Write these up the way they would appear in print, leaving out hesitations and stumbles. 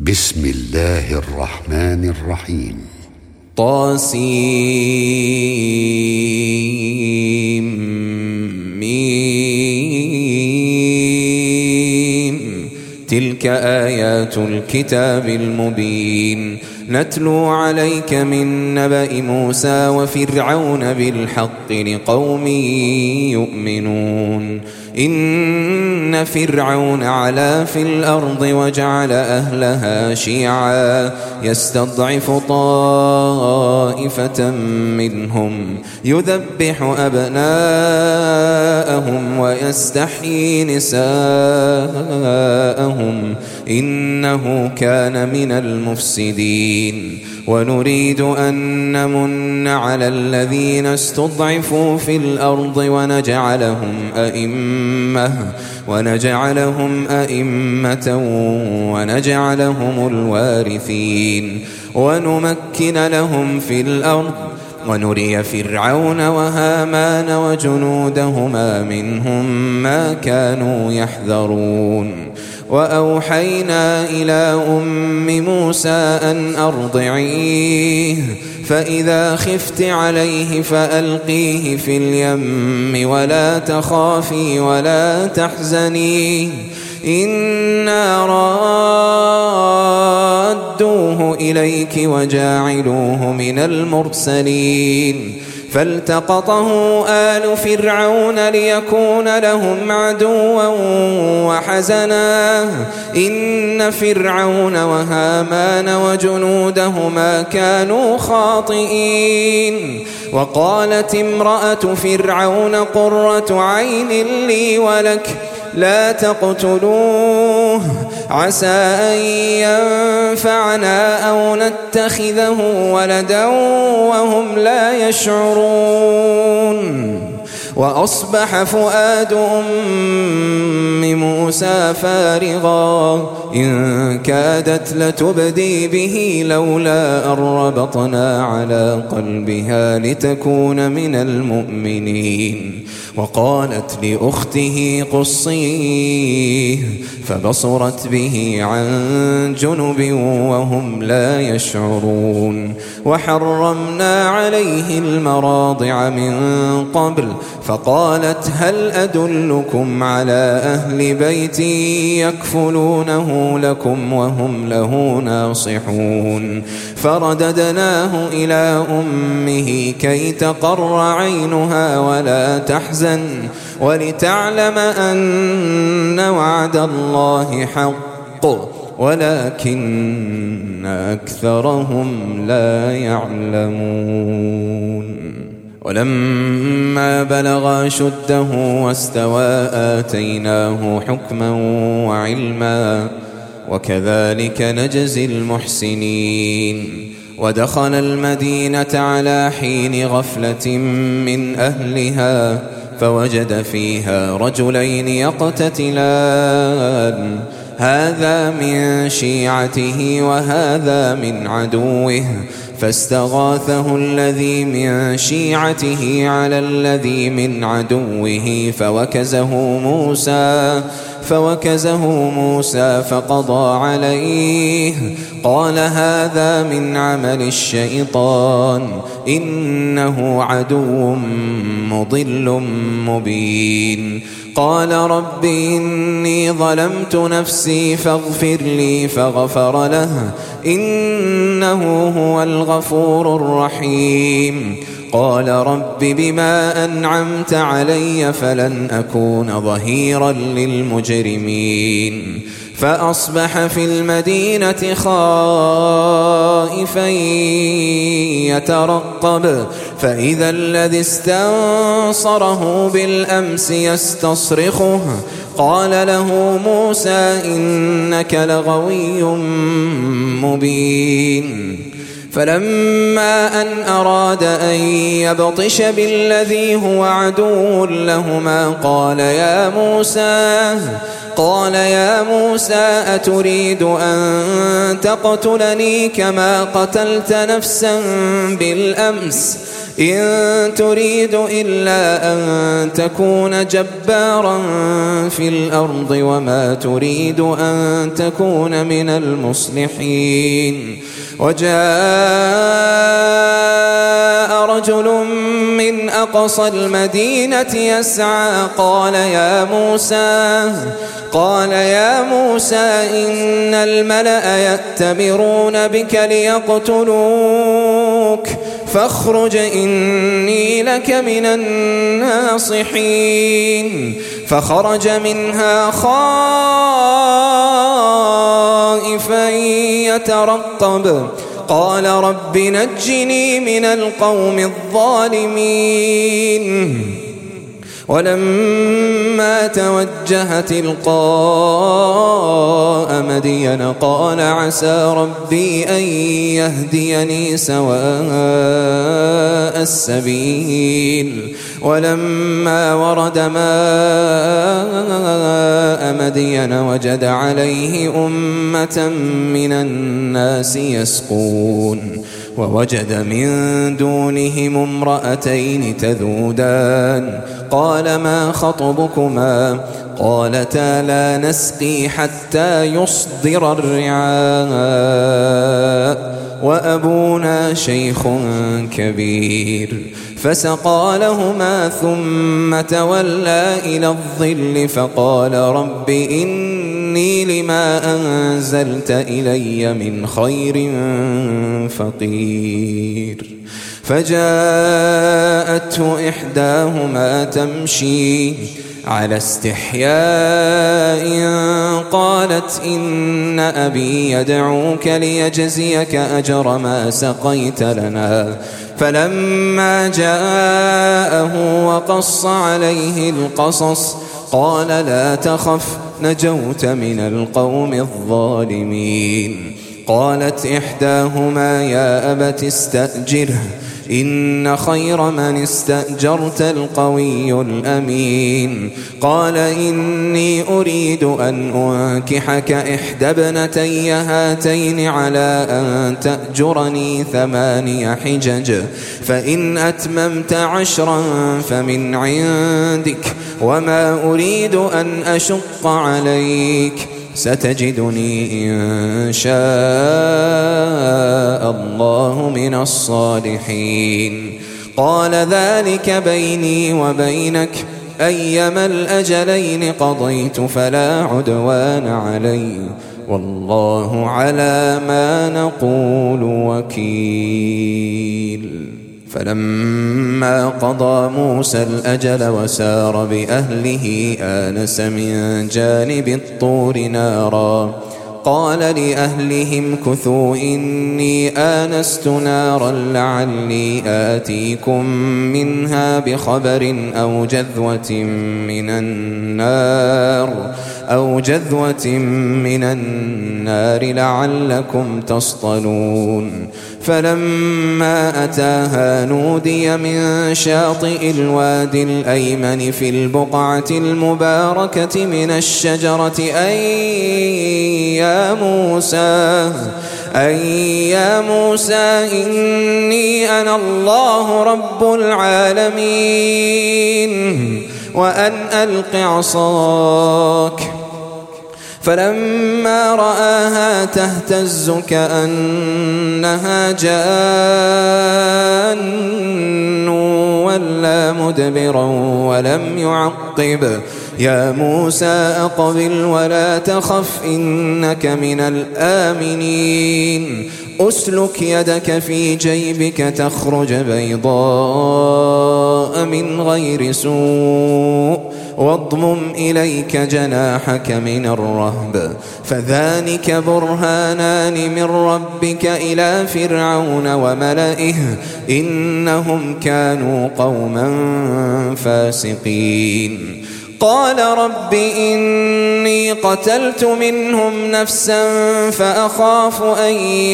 بسم الله الرحمن الرحيم. طاسيم. تلك آيات الكتاب المبين نتلو عليك من نبأ موسى وفرعون بالحق لقوم يؤمنون. إن فرعون علا في الأرض وجعل أهلها شيعا يستضعف طائفة منهم يذبح أبناءهم ويستحيي نساءهم إنه كان من المفسدين. ونريد أن نمن على الذين استضعفوا في الأرض ونجعلهم أئمة ونجعلهم الوارثين ونمكن لهم في الأرض ونري فرعون وهامان وجنودهما منهم ما كانوا يحذرون. وأوحينا إلى أم موسى أن أرضعيه فإذا خفت عليه فألقيه في اليم ولا تخافي ولا تحزني إنا رادوه إليك وجاعلوه من المرسلين. فالتقطه آل فرعون ليكون لهم عدوا وحزنا إن فرعون وهامان وجنودهما كانوا خاطئين. وقالت امرأة فرعون قرة عين لي ولك لا تقتلوه عسى أن ينفعنا أو نتخذه ولدا وهم لا يشعرون. وأصبح فؤاد أم موسى فارغا إن كادت لتبدي به لولا أن ربطنا على قلبها لتكون من المؤمنين. وقالت لأخته قصيه فبصرت به عن جنب وهم لا يشعرون. وحرمنا عليه المراضع من قبل فقالت هل أدلكم على أهل بيت يكفلونه لكم وهم له ناصحون. فرددناه إلى أمه كي تقر عينها ولا تحزن ولتعلم أن وعد الله حق ولكن أكثرهم لا يعلمون. ولما بلغ أشده واستوى آتيناه حكما وعلما وكذلك نجزي المحسنين. ودخل المدينة على حين غفلة من أهلها فوجد فيها رجلين يقتتلان هذا من شيعته وهذا من عدوه فاستغاثه الذي من شيعته على الذي من عدوه فوكزه موسى فقضى عليه قال هذا من عمل الشيطان إنه عدو مضل مبين. قال رب إني ظلمت نفسي فاغفر لي فغفر له إنه هو الغفور الرحيم. قال رب بما أنعمت علي فلن أكون ظهيرا للمجرمين. فأصبح في المدينة خائفا يترقب فإذا الذي استنصره بالأمس يستصرخه قال له موسى إنك لغوي مبين. فلما أن أراد أن يبطش بالذي هو عدو لهما قال قال يا موسى أتريد أن تقتلني كما قتلت نفسا بالأمس إن تريد إلا أن تكون جبارا في الأرض وما تريد أن تكون من المصلحين وجاء رجل من أقصى المدينة يسعى قال يا موسى إن الملأ يأتمرون بك ليقتلوك فاخرج إني لك من الناصحين فخرج منها خائفا يترقب قال رب نجني من القوم الظالمين ولما توجه تلقاء مدين قال عسى ربي أن يهديني سواء السبيل ولما ورد ماء مدين وجد عليه أمة من الناس يسقون ووجد من دونهم امرأتين تذودان قال ما خطبكما قالتا لا نسقي حتى يصدر الرعاء وأبونا شيخ كبير فسقى لهما ثم تولى إلى الظل فقال رب إني لما أنزلت إلي من خير فقير فجاءته إحداهما تمشي على استحياء قالت إن أبي يدعوك ليجزيك أجر ما سقيت لنا فلما جاءه وقص عليه القصص قال لا تخف نجوت من القوم الظالمين قالت إحداهما يا أبت استأجره إن خير من استأجرت القوي الأمين قال إني أريد أن أنكحك إحدى ابنتي هاتين على أن تأجرني 8 حجج فإن أتممت 10 فمن عندك وما أريد أن أشق عليك ستجدني إن شاء الله من الصالحين قال ذلك بيني وبينك أيما الأجلين قضيت فلا عدوان علي والله على ما نقول وكيل فلما قضى موسى الأجل وسار بأهله آنس من جانب الطور نارا قال لأهلهم كثوا إني آنست نارا لعلي آتيكم منها بخبر أو جذوة من النار لعلكم تصطلون فلما أتاها نودي من شاطئ الوادي الأيمن في البقعة المباركة من الشجرة أي يا موسى إني أنا الله رب العالمين وأن ألق عصاك فلما رآها تهتز كأنها جان ولا مدبرا ولم يعقب يا موسى أقبل ولا تخف إنك من الآمنين أسلك يدك في جيبك تخرج بيضاء من غير سوء واضمم إليك جناحك من الرهب فذلك برهانان من ربك إلى فرعون وملئه إنهم كانوا قوما فاسقين قال رب إني قتلت منهم نفسا فأخاف أن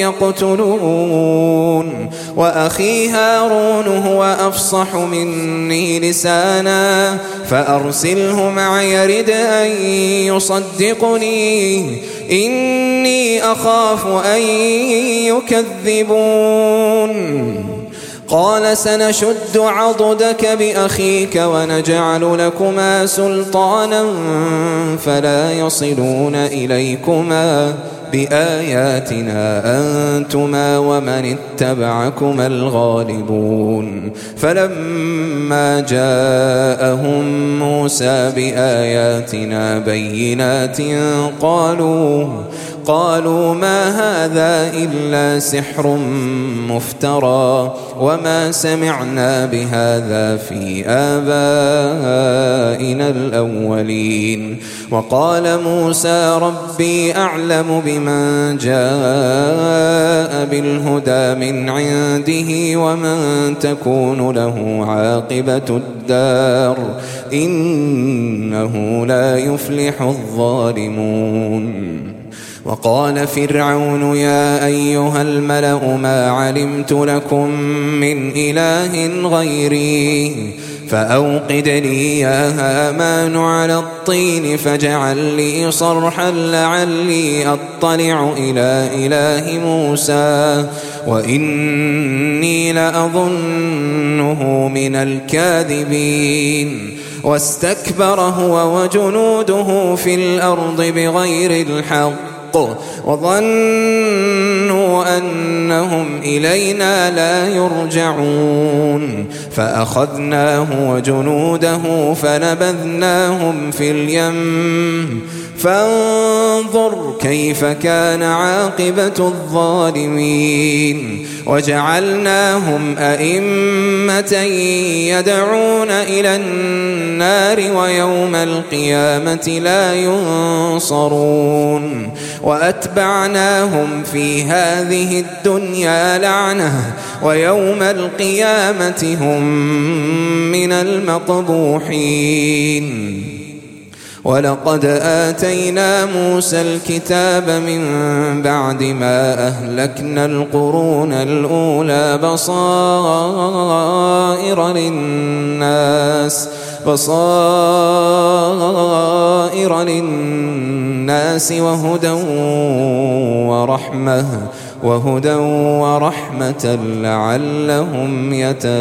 يقتلون وأخي هارون هو أفصح مني لسانا فأرسله معي يرد أن يصدقني إني أخاف أن يكذبون قال سنشد عضدك بأخيك ونجعل لكما سلطانا فلا يصلون إليكما بآياتنا أنتما ومن اتبعكما الغالبون فلما جاءهم موسى بآياتنا بينات قالوا ما هذا إلا سحر مفترى وما سمعنا بهذا في آبائنا الأولين وقال موسى ربي أعلم بمن جاء بالهدى من عنده ومن تكون له عاقبة الدار إنه لا يفلح الظالمون وقال فرعون يا أيها الملأ ما علمت لكم من إله غيري فأوقد لي يا هامان على الطين فاجعل لي صرحا لعلي أطلع إلى إله موسى وإني لأظنه من الكاذبين واستكبر هو وجنوده في الأرض بغير الحق وظنوا أنهم إلينا لا يرجعون فأخذناه وجنوده فنبذناهم في اليم فانظر كيف كان عاقبة الظالمين وجعلناهم أئمة يدعون إلى النار ويوم القيامة لا ينصرون وأتبعناهم في هذه الدنيا لعنة ويوم القيامة هم من المقبوحين ولقد آتينا موسى الكتاب من بعد ما أهلكنا القرون الأولى بصائر للناس وهدى ورحمة لعلهم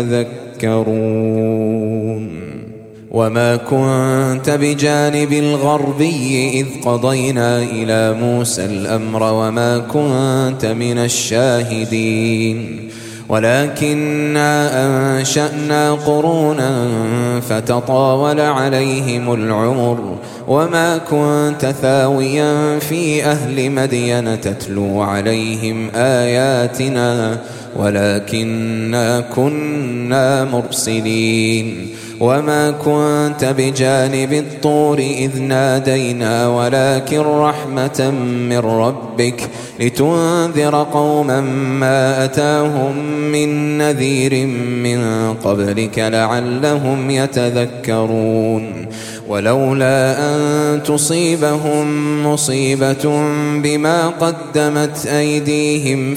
يتذكرون وما كنت بجانب الغربي إذ قضينا إلى موسى الأمر وما كنت من الشاهدين ولكننا أنشأنا قرونا فتطاول عليهم العمر وما كنت ثاويا في أهل مدين تتلو عليهم آياتنا ولكننا كنا مرسلين وما كنت بجانب الطور إذ نادينا ولكن رحمة من ربك لتنذر قوما ما أتاهم من نذير من قبلك لعلهم يتذكرون ولولا أن تصيبهم مصيبة بما قدمت أيديهم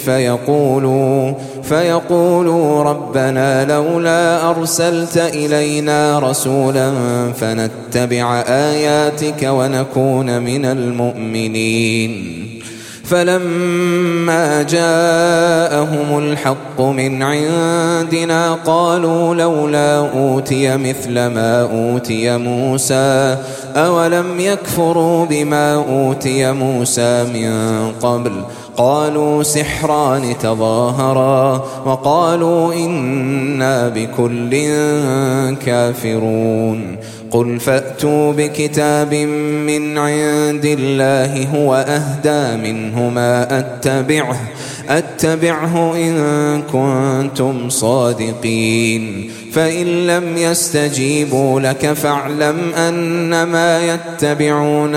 فيقولوا ربنا لولا أرسلت إلينا رسولا فنتبع آياتك ونكون من المؤمنين فلما جاءهم الحق من عندنا قالوا لولا أوتي مثل ما أوتي موسى أولم يكفروا بما أوتي موسى من قبل قالوا سحران تظاهرا وقالوا إنا بكل كافرون قل فأتوا بكتاب من عند الله هو أهدى منهما أتبعه إن كنتم صادقين فإن لم يستجيبوا لك فاعلم أنما يتبعون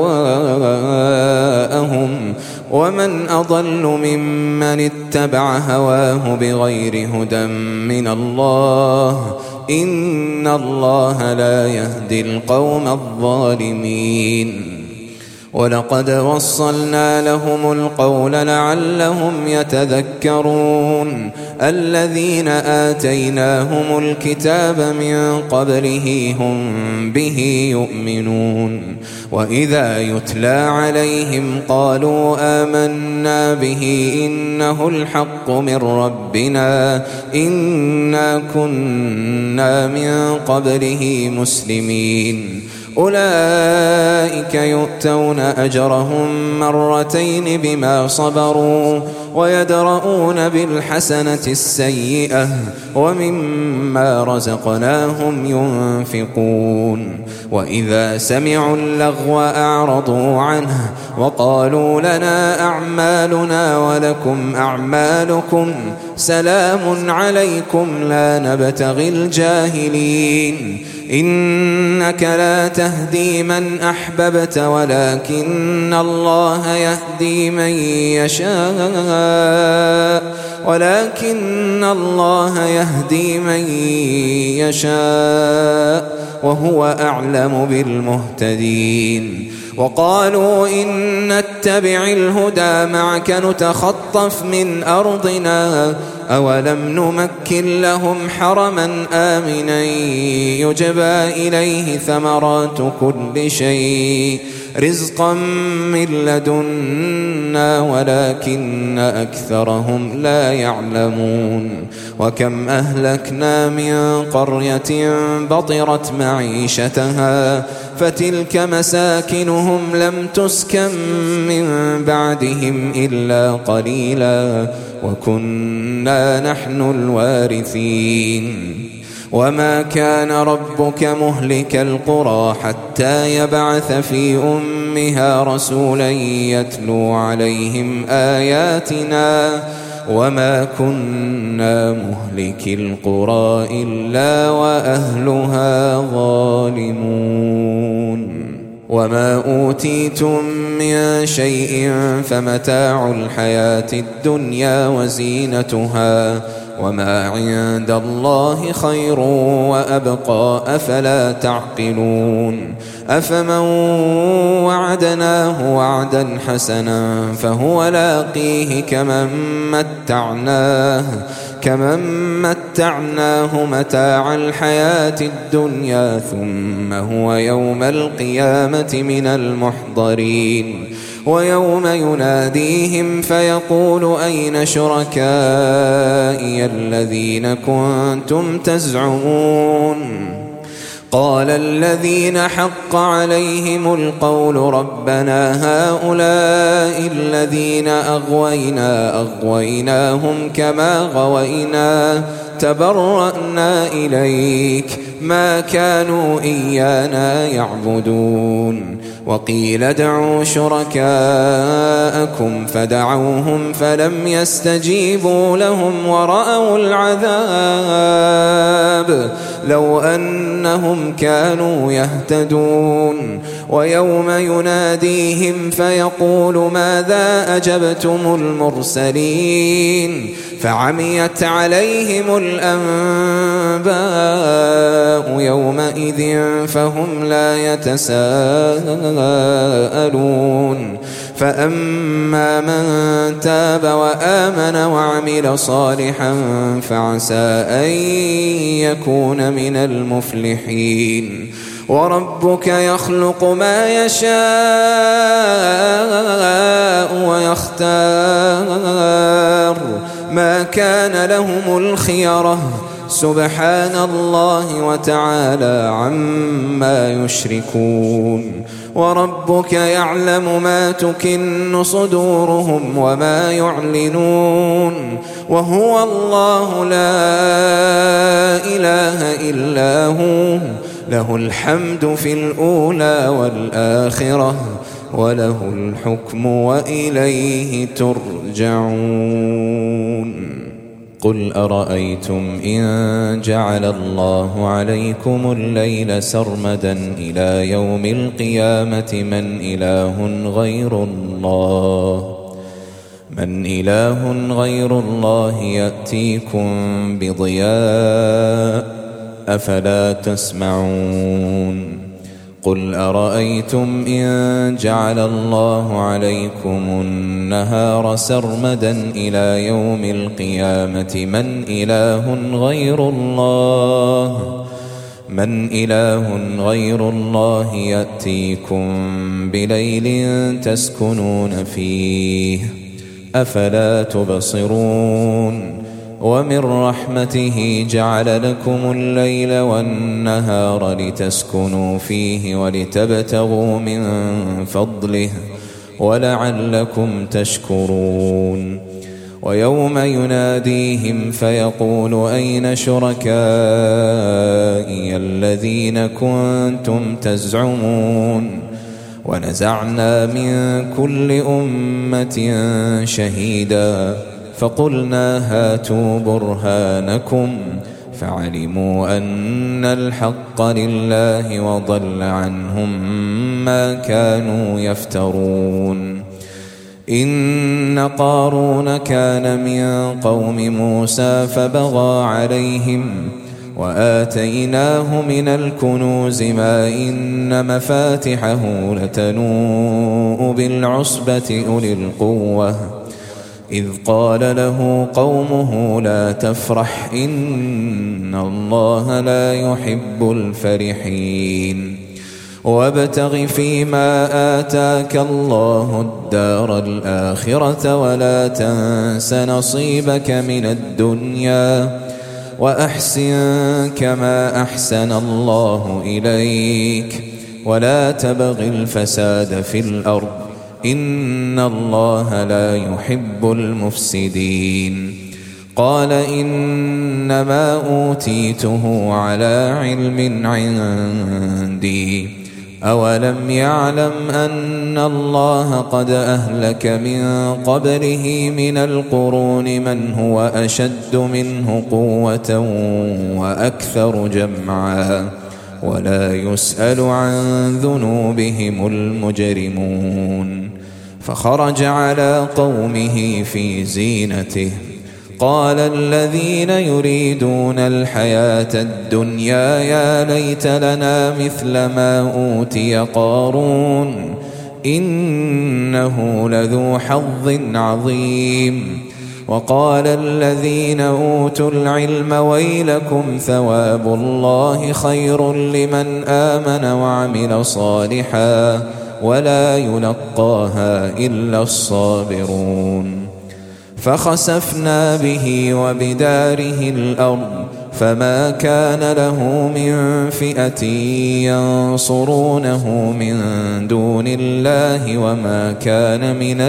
أهواءهم ومن أضل ممن اتبع هواه بغير هدى من الله إن الله لا يهدي القوم الظالمين ولقد وصلنا لهم القول لعلهم يتذكرون الذين آتيناهم الكتاب من قبله هم به يؤمنون وإذا يتلى عليهم قالوا آمنا به إنه الحق من ربنا إنا كنا من قبله مسلمين أولئك يؤتون أجرهم مرتين بما صبروا ويدرؤون بالحسنة السيئة ومما رزقناهم ينفقون وإذا سمعوا اللغو أعرضوا عنه وقالوا لنا أعمالنا ولكم أعمالكم سلام عليكم لا نبتغي الجاهلين إنك لا تهدي من أحببت ولكن الله يهدي من يشاء وهو أعلم بالمهتدين وقالوا إن نتبع الهدى معك نتخطف من أرضنا أولم نمكن لهم حرما آمنا يجبى إليه ثمرات كل شيء رزقا من لدنا ولكن أكثرهم لا يعلمون وكم أهلكنا من قرية بطرت معيشتها فتلك مساكنهم لم تسكن من بعدهم إلا قليلا وكنا نحن الوارثين وما كان ربك مهلك القرى حتى يبعث في أمها رسولا يتلو عليهم آياتنا وما كنا مهلك القرى إلا وأهلها ظالمون وما أوتيتم من شيء فمتاع الحياة الدنيا وزينتها وما عند الله خير وأبقى أفلا تعقلون أفمن وعدناه وعدا حسنا فهو لاقيه كمن متعناه متاع الحياة الدنيا ثم هو يوم القيامة من المحضرين ويوم يناديهم فيقول أين شركائي الذين كنتم تزعمون قال الذين حق عليهم القول ربنا هؤلاء الذين أغويناهم كما غوينا تبرأنا إليك ما كانوا إيانا يعبدون وقيل ادعوا شركاءكم فدعوهم فلم يستجيبوا لهم ورأوا العذاب لو أنهم كانوا يهتدون ويوم يناديهم فيقول ماذا أجبتم المرسلين فعميت عليهم الأنباء يومئذ فهم لا يتساءلون فأما من تاب وآمن وعمل صالحا فعسى أن يكون من المفلحين وربك يخلق ما يشاء ويختار ما كان لهم الخيرة سبحان الله وتعالى عما يشركون وربك يعلم ما تكن صدورهم وما يعلنون وهو الله لا إله إلا هو له الحمد في الأولى والآخرة وله الحكم وإليه ترجعون قل أرأيتم إن جعل الله عليكم الليل سرمدا إلى يوم القيامة من إله غير الله يأتيكم بضياء أفلا تسمعون قل أرأيتم إن جعل الله عليكم النهار سرمدا إلى يوم القيامة من إله غير الله يأتيكم بليل تسكنون فيه أفلا تبصرون ومن رحمته جعل لكم الليل والنهار لتسكنوا فيه ولتبتغوا من فضله ولعلكم تشكرون ويوم يناديهم فيقول أين شركائي الذين كنتم تزعمون ونزعنا من كل أمة شهيدا فقلنا هاتوا برهانكم فعلموا أن الحق لله وضل عنهم ما كانوا يفترون إن قارون كان من قوم موسى فبغى عليهم وآتيناه من الكنوز ما إن مفاتحه لتنوء بالعصبة أولي القوة إذ قال له قومه لا تفرح إن الله لا يحب الفرحين وابتغ فيما آتاك الله الدار الآخرة ولا تنس نصيبك من الدنيا وأحسن كما أحسن الله إليك ولا تبغ الفساد في الأرض إن الله لا يحب المفسدين قال إنما أوتيته على علم عندي أولم يعلم أن الله قد أهلك من قبله من القرون من هو أشد منه قوة وأكثر جمعا ولا يسأل عن ذنوبهم المجرمون فخرج على قومه في زينته قال الذين يريدون الحياة الدنيا يا ليت لنا مثل ما أوتي قارون إنه لذو حظ عظيم وقال الذين أوتوا العلم ويلكم ثواب الله خير لمن آمن وعمل صالحا ولا يلقاها إلا الصابرون فخسفنا به وبداره الأرض فما كان له من فئة ينصرونه من دون الله وما كان من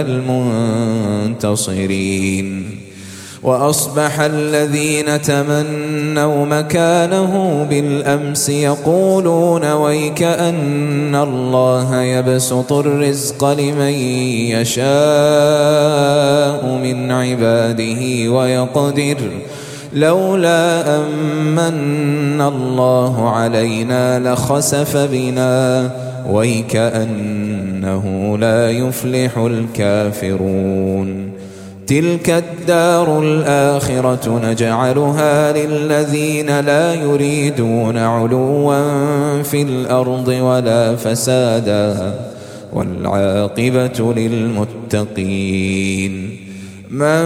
المنتصرين وأصبح الذين تمنوا مكانه بالأمس يقولون ويك أن الله يبسط الرزق لمن يشاء من عباده ويقدر لولا أمن الله علينا لخسف بنا ويك أنه لا يفلح الكافرون تلك الدار الآخرة نجعلها للذين لا يريدون علوا في الأرض ولا فسادا والعاقبة للمتقين من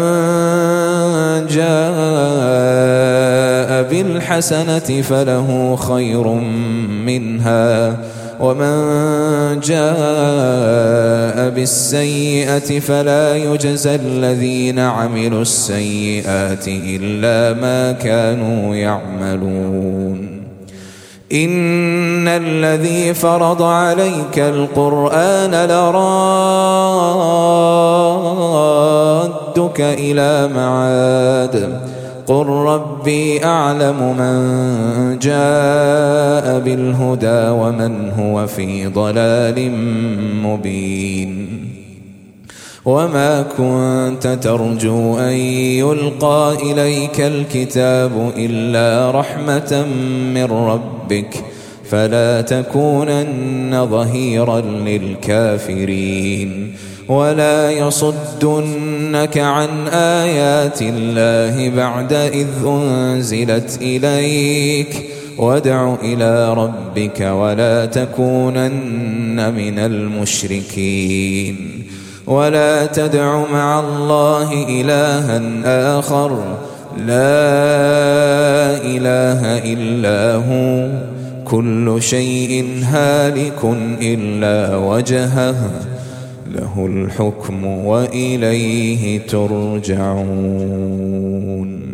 جاء بالحسنة فله خير منها ومن جاء بالسيئة فلا يجزى الذين عملوا السيئات إلا ما كانوا يعملون إن الذي فرض عليك القرآن لرادك إلى معاد قل ربي أعلم من جاء بالهدى ومن هو في ضلال مبين وما كنت ترجو أن يلقى إليك الكتاب إلا رحمة من ربك فلا تكونن ظهيرا للكافرين ولا يصدنك عن آيات الله بعد إذ أنزلت إليك وادع إلى ربك ولا تكونن من المشركين ولا تدع مع الله إلها آخر لا إله إلا هو كل شيء هالك إلا وجهه له الحكم وإليه ترجعون.